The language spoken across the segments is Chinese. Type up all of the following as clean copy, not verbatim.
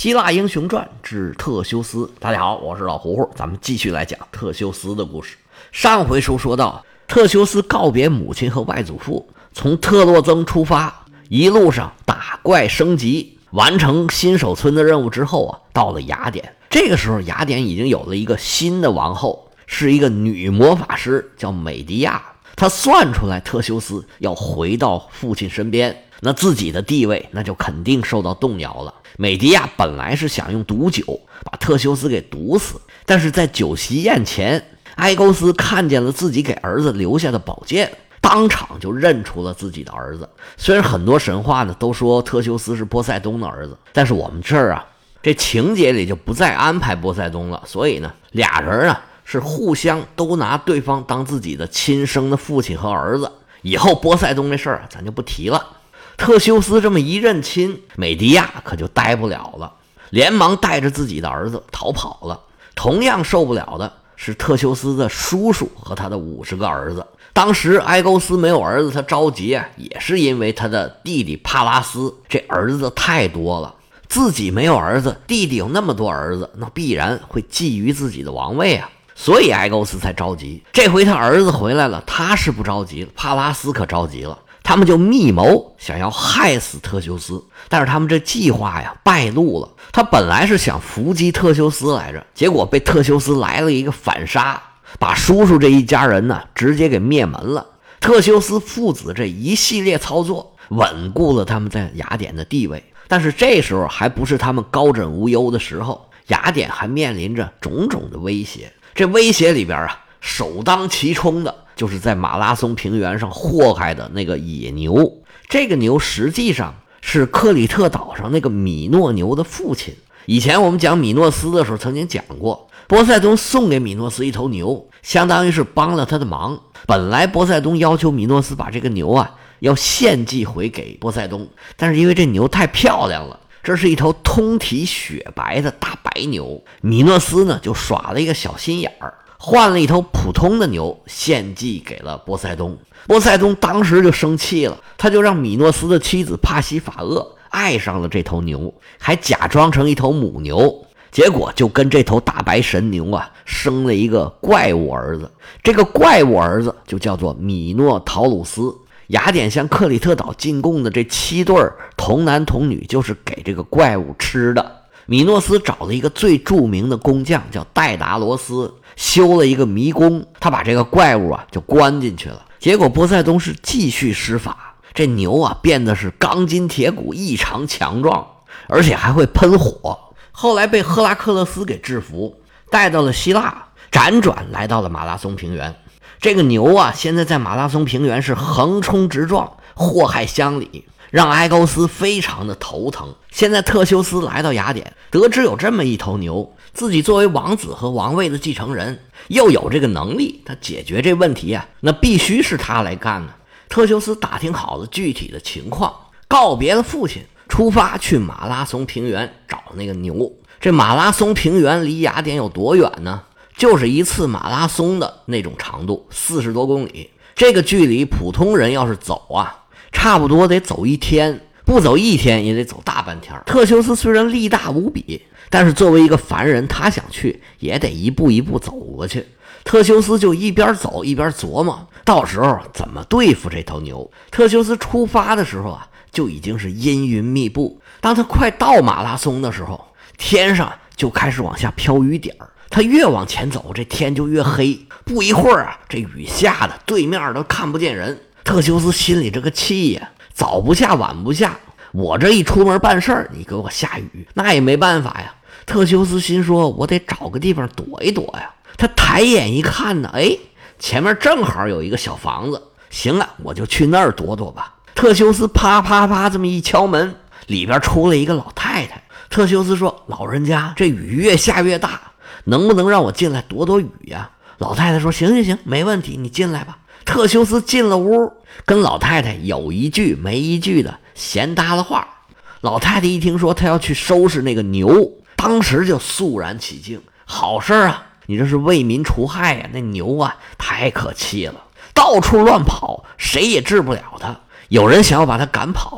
希腊英雄传之特修斯。大家好，我是老胡胡，咱们继续来讲特修斯的故事。上回书说到，特修斯告别母亲和外祖父，从特洛曾出发，一路上打怪升级，完成新手村的任务之后到了雅典。这个时候雅典已经有了一个新的王后，是一个女魔法师，叫美狄亚。她算出来特修斯要回到父亲身边，那自己的地位那就肯定受到动摇了。美狄亚本来是想用毒酒把特修斯给毒死，但是在酒席宴前，埃勾斯看见了自己给儿子留下的宝剑，当场就认出了自己的儿子。虽然很多神话呢都说特修斯是波塞冬的儿子，但是我们这儿这情节里就不再安排波塞冬了，所以呢俩人是互相都拿对方当自己的亲生的父亲和儿子。以后波塞冬这事儿咱就不提了。特修斯这么一认亲，美狄亚可就待不了了，连忙带着自己的儿子逃跑了。同样受不了的是特修斯的叔叔和他的50个儿子。当时埃勾斯没有儿子，他着急也是因为他的弟弟帕拉斯这儿子太多了，自己没有儿子，弟弟有那么多儿子，那必然会觊觎自己的王位所以埃勾斯才着急。这回他儿子回来了，他是不着急了，帕拉斯可着急了。他们就密谋想要害死特修斯，但是他们这计划败露了。他本来是想伏击特修斯来着，结果被特修斯来了一个反杀，把叔叔这一家人直接给灭门了。特修斯父子这一系列操作稳固了他们在雅典的地位，但是这时候还不是他们高枕无忧的时候，雅典还面临着种种的威胁。这威胁里边首当其冲的就是在马拉松平原上祸害的那个野牛。这个牛实际上是克里特岛上那个米诺牛的父亲。以前我们讲米诺斯的时候曾经讲过，波塞冬送给米诺斯一头牛，相当于是帮了他的忙。本来波塞冬要求米诺斯把这个牛要献祭回给波塞冬，但是因为这牛太漂亮了，这是一头通体雪白的大白牛，米诺斯呢就耍了一个小心眼儿，换了一头普通的牛献祭给了波塞冬。波塞冬当时就生气了，他就让米诺斯的妻子帕西法厄爱上了这头牛，还假装成一头母牛，结果就跟这头大白神牛生了一个怪物儿子。这个怪物儿子就叫做米诺陶鲁斯。雅典向克里特岛进贡的这7对童男童女就是给这个怪物吃的。米诺斯找了一个最著名的工匠叫戴达罗斯，修了一个迷宫，他把这个怪物就关进去了。结果波塞冬是继续施法，这牛变得是钢筋铁骨，异常强壮，而且还会喷火。后来被赫拉克勒斯给制服，带到了希腊，辗转来到了马拉松平原。这个牛现在在马拉松平原是横冲直撞，祸害乡里，让埃勾斯非常的头疼。现在特修斯来到雅典，得知有这么一头牛，自己作为王子和王位的继承人，又有这个能力，他解决这问题那必须是他来干呢。特修斯打听好了具体的情况，告别了父亲，出发去马拉松平原找那个牛。这马拉松平原离雅典有多远呢？就是一次马拉松的那种长度，40多公里。这个距离普通人要是走差不多得走1天，不走1天也得走大半天。特修斯虽然力大无比，但是作为一个凡人，他想去也得一步一步走过去。特修斯就一边走一边琢磨，到时候怎么对付这头牛。特修斯出发的时候就已经是阴云密布。当他快到马拉松的时候，天上就开始往下飘雨点儿。他越往前走，这天就越黑，不一会儿这雨下的对面都看不见人。特修斯心里这个气早不下晚不下，我这一出门办事儿，你给我下雨，那也没办法呀。特修斯心说，我得找个地方躲一躲呀。他抬眼一看呢，前面正好有一个小房子，行了，我就去那儿躲躲吧。特修斯啪啪啪这么一敲门，里边出来一个老太太。特修斯说，老人家，这雨越下越大，能不能让我进来躲躲雨呀？老太太说，行，没问题，你进来吧。特修斯进了屋，跟老太太有一句没一句的闲搭了话。老太太一听说他要去收拾那个牛，当时就肃然起敬，好事你这是为民除害呀！那牛太可气了，到处乱跑，谁也治不了他。有人想要把他赶跑，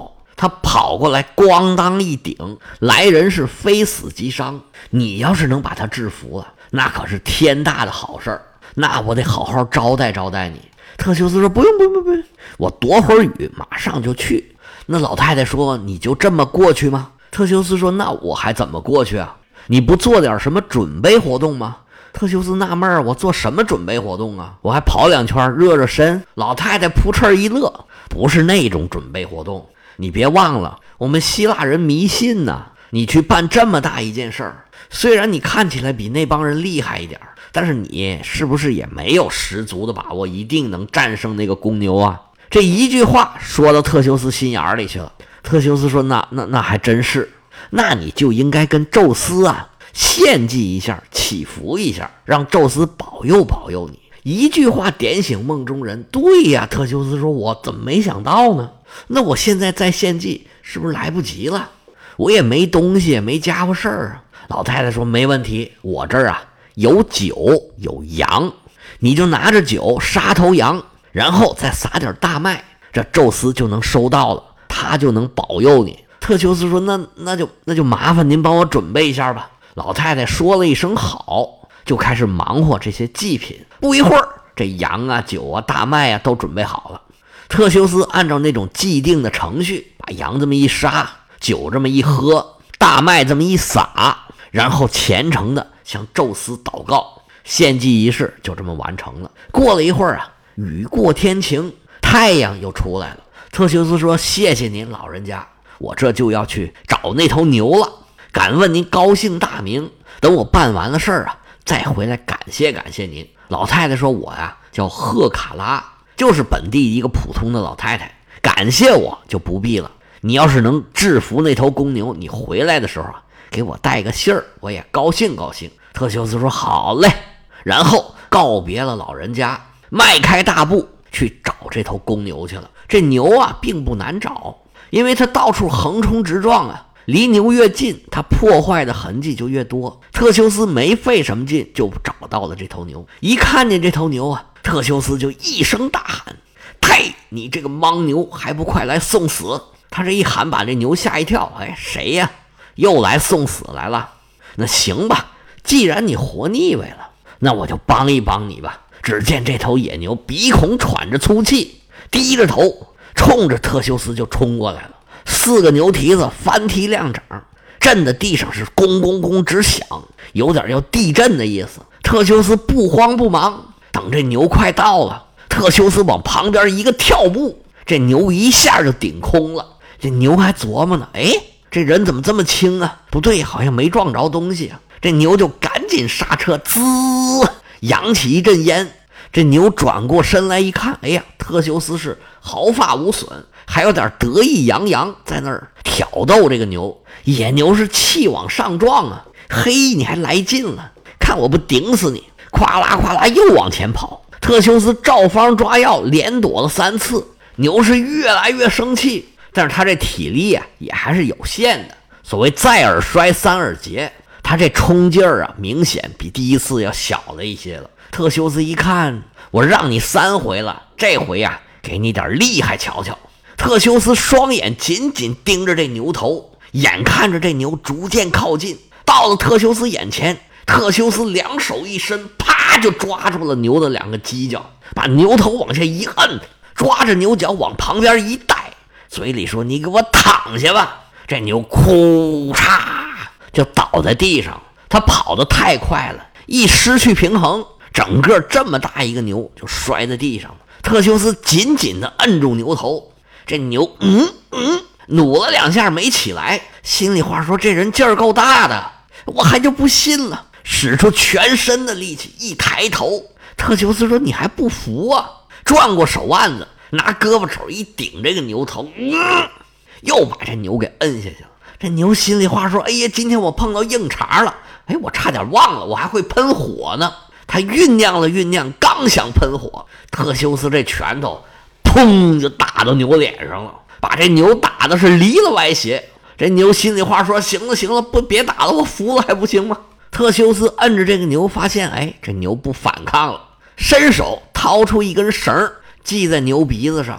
他跑过来咣当一顶，来人是非死即伤。你要是能把他制服了，那可是天大的好事儿，那我得好好招待招待你。特修斯说不用，我躲会儿雨马上就去。那老太太说你就这么过去吗？特修斯说那我还怎么过去啊？你不做点什么准备活动吗？特修斯纳闷儿，我做什么准备活动啊？我还跑2圈热热身。老太太扑哧一乐，不是那种准备活动，你别忘了我们希腊人迷信呐。你去办这么大一件事儿，虽然你看起来比那帮人厉害一点，但是你是不是也没有十足的把握一定能战胜那个公牛啊？这一句话说到特修斯心眼里去了。特修斯说那还真是，那你就应该跟宙斯啊献祭一下，祈福一下，让宙斯保佑保佑你。一句话点醒梦中人。对呀，特修斯说我怎么没想到呢？那我现在再献祭是不是来不及了？我也没东西，没家伙事儿啊。老太太说没问题，我这儿啊有酒有羊，你就拿着酒杀头羊，然后再撒点大麦，这宙斯就能收到了，他就能保佑你。特修斯说那就麻烦您帮我准备一下吧。老太太说了一声好，就开始忙活这些祭品。不一会儿，这羊啊酒啊大麦啊都准备好了。特修斯按照那种既定的程序，把羊这么一杀，酒这么一喝，大麦这么一撒，然后虔诚的向宙斯祷告，献祭仪式就这么完成了。过了一会儿啊，雨过天晴，太阳又出来了。特修斯说谢谢您老人家，我这就要去找那头牛了，敢问您高兴大名，等我办完了事儿啊再回来感谢感谢您。老太太说我呀叫赫卡拉，就是本地一个普通的老太太，感谢我就不必了。你要是能制服那头公牛，你回来的时候啊给我带个信儿，我也高兴高兴。特修斯说好嘞，然后告别了老人家，迈开大步去找这头公牛去了。这牛啊并不难找，因为它到处横冲直撞啊，离牛越近它破坏的痕迹就越多。特修斯没费什么劲就找到了这头牛。一看见这头牛啊，特修斯就一声大喊，呸，你这个莽牛，还不快来送死。他这一喊把这牛吓一跳，哎，谁呀？又来送死来了？那行吧，既然你活腻歪了，那我就帮一帮你吧。只见这头野牛鼻孔喘着粗气，低着头冲着特修斯就冲过来了。4个牛蹄子翻蹄亮掌，震得地上是咣咣咣直响，有点要地震的意思。特修斯不慌不忙，等这牛快到了，特修斯往旁边一个跳步，这牛一下就顶空了。这牛还琢磨呢，哎，这人怎么这么轻啊？不对，好像没撞着东西啊。这牛就赶紧刹车，滋，扬起一阵烟。这牛转过身来一看，哎呀，特修斯是毫发无损，还有点得意洋洋，在那儿挑逗这个牛。野牛是气往上撞啊，嘿，你还来劲了，看我不顶死你！咵啦咵啦又往前跑。特修斯照方抓药，连躲了3次。牛是越来越生气，但是他这体力啊也还是有限的，所谓再而衰三而竭，他这冲劲儿啊明显比第一次要小了一些了。特修斯一看，我让你3回了，这回啊给你点厉害瞧瞧。特修斯双眼紧紧盯着这牛头，眼看着这牛逐渐靠近，到了特修斯眼前，特修斯2手一伸，啪就抓住了牛的2个犄角，把牛头往下一摁，抓着牛角往旁边一带，嘴里说你给我躺下吧。这牛哭嚓就倒在地上，他跑得太快了，一失去平衡，整个这么大一个牛就摔在地上了。特修斯紧紧地摁住牛头，这牛努了2下没起来，心里话说这人劲儿够大的，我还就不信了，使出全身的力气一抬头。特修斯说你还不服啊，转过手腕子，拿胳膊肘一顶这个牛头，又把这牛给摁下去了。这牛心里话说，哎呀，今天我碰到硬茬了，哎，我差点忘了我还会喷火呢。他酝酿了酝酿，刚想喷火，特修斯这拳头砰就打到牛脸上了，把这牛打的是离了歪斜。这牛心里话说，行了行了，不别打了，我服了还不行吗？特修斯摁着这个牛，发现哎，这牛不反抗了，伸手掏出一根绳系在牛鼻子上，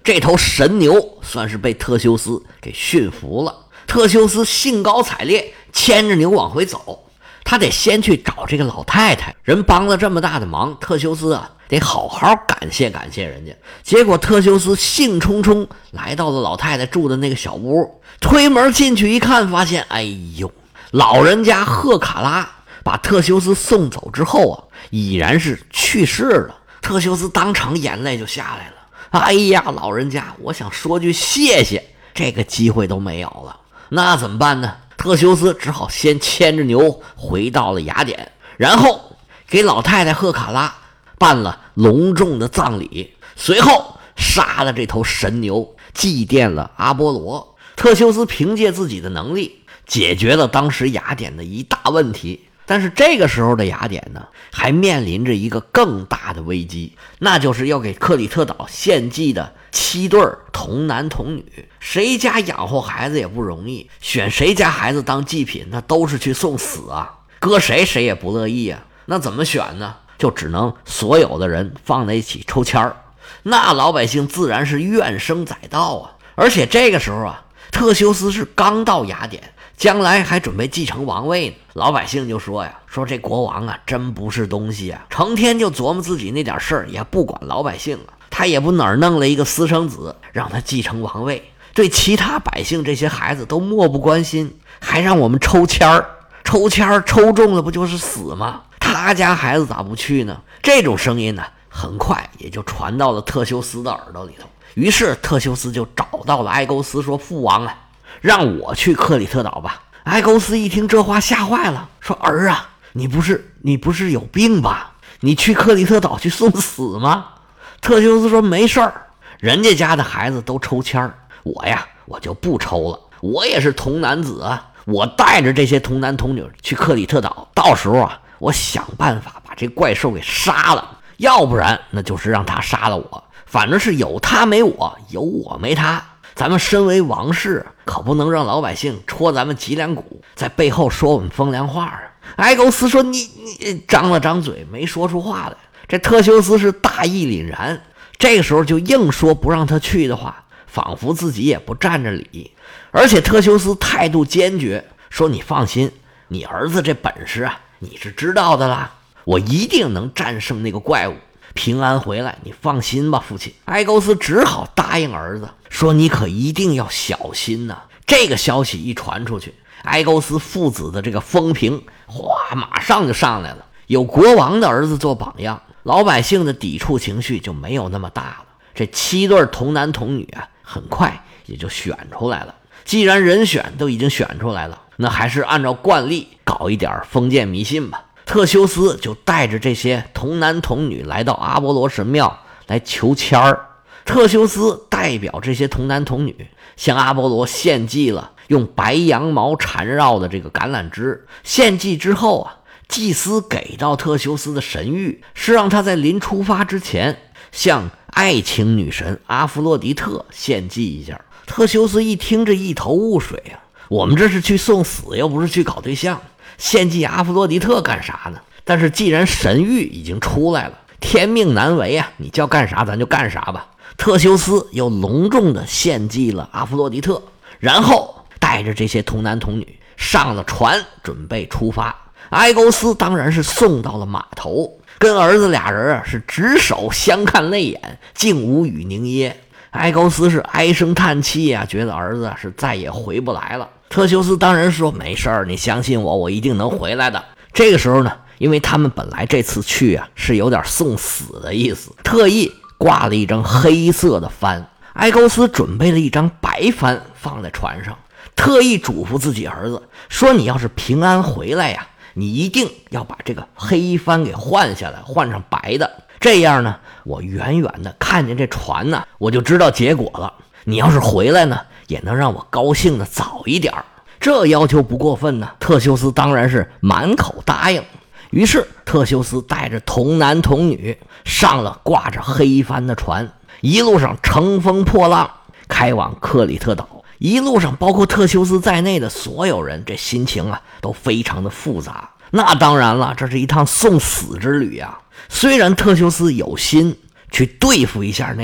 这头神牛算是被特修斯给驯服了。特修斯兴高采烈牵着牛往回走，他得先去找这个老太太，人帮了这么大的忙，特修斯啊得好好感谢感谢人家。结果特修斯兴冲冲来到了老太太住的那个小屋，推门进去一看，发现哎呦，老人家赫卡拉把特修斯送走之后啊，已然是去世了。特修斯当场眼泪就下来了。哎呀，老人家，我想说句谢谢，这个机会都没有了。那怎么办呢？特修斯只好先牵着牛回到了雅典，然后给老太太赫卡拉办了隆重的葬礼，随后杀了这头神牛，祭奠了阿波罗。特修斯凭借自己的能力解决了当时雅典的一大问题。但是这个时候的雅典呢，还面临着一个更大的危机，那就是要给克里特岛献祭的7对童男童女。谁家养活孩子也不容易，选谁家孩子当祭品，那都是去送死啊，搁谁谁也不乐意啊。那怎么选呢？就只能所有的人放在一起抽签儿。那老百姓自然是怨声载道啊。而且这个时候啊，特修斯是刚到雅典，将来还准备继承王位呢。老百姓就说呀，说这国王啊真不是东西啊，成天就琢磨自己那点事儿，也不管老百姓啊。他也不哪儿弄了一个私生子让他继承王位，对其他百姓这些孩子都漠不关心，还让我们抽签儿，抽签儿抽中了不就是死吗？他家孩子咋不去呢？这种声音呢，很快也就传到了特修斯的耳朵里头。于是特修斯就找到了埃勾斯，说父王啊，让我去克里特岛吧。埃勾斯一听这话吓坏了，说儿啊，你不是有病吧？你去克里特岛去送死吗？特修斯说没事儿，人家家的孩子都抽签儿，我就不抽了，我也是童男子啊，我带着这些童男童女去克里特岛，到时候啊，我想办法把这怪兽给杀了，要不然那就是让他杀了我，反正是有他没我，有我没他。咱们身为王室，可不能让老百姓戳咱们脊梁骨，在背后说我们风凉话啊。埃勾斯说你张了张嘴没说出话来。这特修斯是大义凛然，这个时候就硬说不让他去的话，仿佛自己也不占着理。而且特修斯态度坚决，说你放心，你儿子这本事啊，你是知道的啦，我一定能战胜那个怪物，平安回来，你放心吧，父亲。埃勾斯只好答应儿子，说你可一定要小心呐。这个消息一传出去，埃勾斯父子的这个风评马上就上来了。有国王的儿子做榜样，老百姓的抵触情绪就没有那么大了。这7对童男童女啊，很快也就选出来了。既然人选都已经选出来了，那还是按照惯例搞一点封建迷信吧。特修斯就带着这些童男童女来到阿波罗神庙来求签儿。特修斯代表这些童男童女向阿波罗献祭了用白羊毛缠绕的这个橄榄枝。献祭之后啊，祭司给到特修斯的神谕是让他在临出发之前向爱情女神阿弗洛狄特献祭一下。特修斯一听这一头雾水啊，我们这是去送死，又不是去搞对象，献祭阿弗洛狄特干啥呢？但是既然神谕已经出来了，天命难违啊，你叫干啥咱就干啥吧。特修斯又隆重的献祭了阿弗洛狄特，然后带着这些童男童女上了船，准备出发。埃勾斯当然是送到了码头，跟儿子俩人啊是执手相看泪眼，竟无语凝噎。埃勾斯是唉声叹气啊，觉得儿子是再也回不来了。特修斯当然说没事儿，你相信我，我一定能回来的。这个时候呢，因为他们本来这次去啊是有点送死的意思，特意挂了一张黑色的帆。埃勾斯准备了一张白帆放在船上，特意嘱咐自己儿子说，你要是平安回来呀，你一定要把这个黑帆给换下来，换上白的，这样呢，我远远的看见这船呢，我就知道结果了。你要是回来呢，也能让我高兴的早一点。这要求不过分呢，特修斯当然是满口答应。于是特修斯带着童男童女上了挂着黑帆的船，一路上乘风破浪开往克里特岛。一路上包括特修斯在内的所有人，这心情啊都非常的复杂。那当然了，这是一趟送死之旅啊。虽然特修斯有心去对付一下那个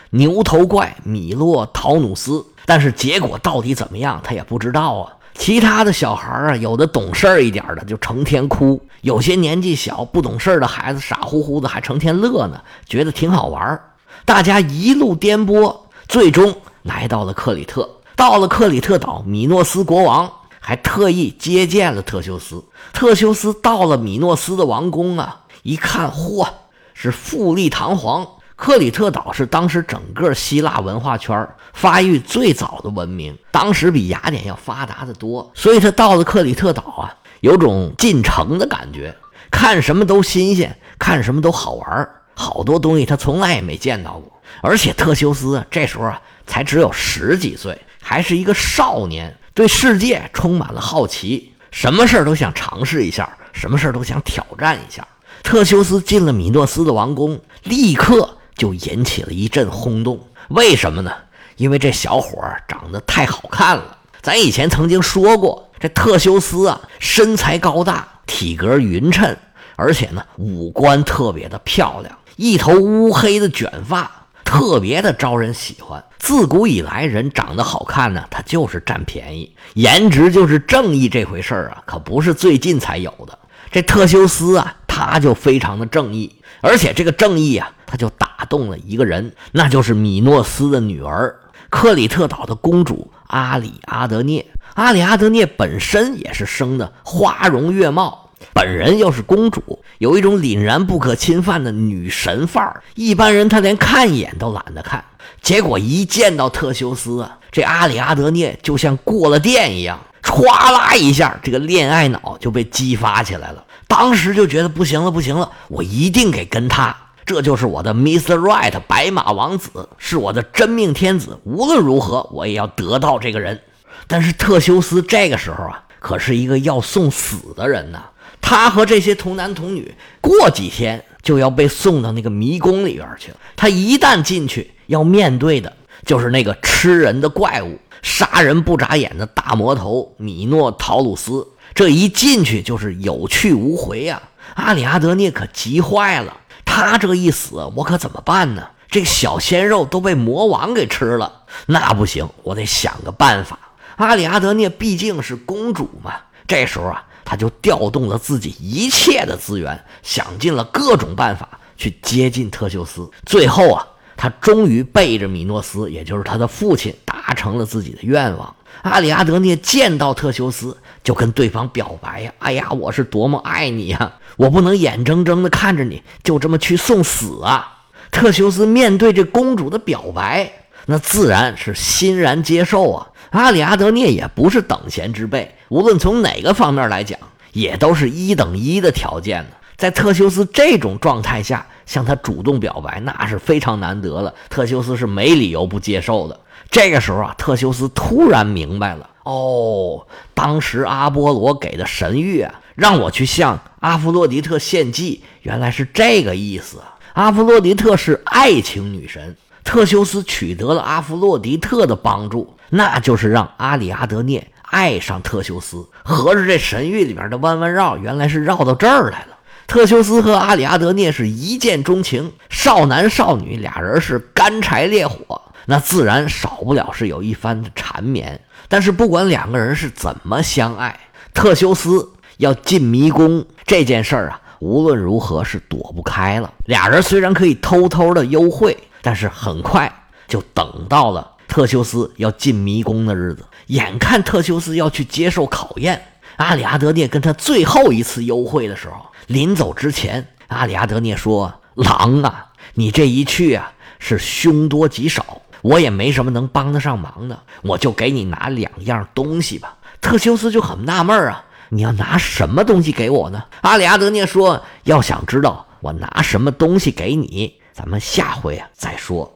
牛头怪米诺陶努斯，但是结果到底怎么样他也不知道啊。其他的小孩啊，有的懂事一点的就成天哭，有些年纪小不懂事的孩子傻乎乎的还成天乐呢，觉得挺好玩。大家一路颠簸，最终来到了克里特。到了克里特岛，米诺斯国王还特意接见了特修斯。特修斯到了米诺斯的王宫啊，一看，嚯，是富丽堂皇。克里特岛是当时整个希腊文化圈发育最早的文明，当时比雅典要发达的多，所以他到了克里特岛啊，有种进城的感觉，看什么都新鲜，看什么都好玩，好多东西他从来也没见到过。而且特修斯这时候啊才只有10几岁，还是一个少年，对世界充满了好奇，什么事都想尝试一下，什么事都想挑战一下。特修斯进了米诺斯的王宫，立刻就引起了一阵轰动。为什么呢？因为这小伙长得太好看了。咱以前曾经说过，这特修斯啊，身材高大，体格匀称，而且呢，五官特别的漂亮，一头乌黑的卷发，特别的招人喜欢。自古以来，人长得好看呢，他就是占便宜，颜值就是正义这回事啊，可不是最近才有的。这特修斯啊，他就非常的正义，而且这个正义啊，他就打动了一个人，那就是米诺斯的女儿，克里特岛的公主阿里阿德涅。阿里阿德涅本身也是生的花容月貌，本人又是公主，有一种凛然不可侵犯的女神范儿，一般人他连看一眼都懒得看。结果一见到特修斯啊，这阿里阿德涅就像过了电一样，歘啦一下，这个恋爱脑就被激发起来了。当时就觉得不行了不行了，我一定给跟他，这就是我的 Mr. Right 白马王子，是我的真命天子，无论如何我也要得到这个人。但是特修斯这个时候啊，可是一个要送死的人呐，他和这些童男童女过几天就要被送到那个迷宫里边去了。他一旦进去，要面对的就是那个吃人的怪物，杀人不眨眼的大魔头米诺陶鲁斯。这一进去就是有去无回啊！阿里阿德涅可急坏了，他这一死我可怎么办呢？这小鲜肉都被魔王给吃了，那不行，我得想个办法。阿里阿德涅毕竟是公主嘛，这时候啊，他就调动了自己一切的资源，想尽了各种办法去接近特修斯。最后啊，他终于背着米诺斯，也就是他的父亲，达成了自己的愿望。阿里阿德涅见到特修斯就跟对方表白呀，哎呀，我是多么爱你呀，我不能眼睁睁的看着你就这么去送死啊。特修斯面对这公主的表白，那自然是欣然接受啊。阿里阿德涅也不是等闲之辈，无论从哪个方面来讲，也都是1等1的条件呢。在特修斯这种状态下向他主动表白，那是非常难得了，特修斯是没理由不接受的。这个时候啊，特修斯突然明白了，哦，当时阿波罗给的神谕啊，让我去向阿弗洛狄特献祭，原来是这个意思啊。阿弗洛狄特是爱情女神，特修斯取得了阿弗洛狄特的帮助，那就是让阿里阿德涅爱上特修斯。合着这神谕里边的弯弯绕，原来是绕到这儿来了。特修斯和阿里阿德涅是一见钟情，少男少女，俩人是干柴烈火，那自然少不了是有一番的缠绵。但是不管两个人是怎么相爱，特修斯要进迷宫这件事儿啊，无论如何是躲不开了。俩人虽然可以偷偷的幽会，但是很快就等到了特修斯要进迷宫的日子。眼看特修斯要去接受考验，阿里阿德涅跟他最后一次幽会的时候，临走之前，阿里阿德涅说，狼啊，你这一去啊是凶多吉少，我也没什么能帮得上忙的，我就给你拿2样东西吧。特修斯就很纳闷啊，你要拿什么东西给我呢？阿里阿德涅说，要想知道我拿什么东西给你，咱们下回啊再说。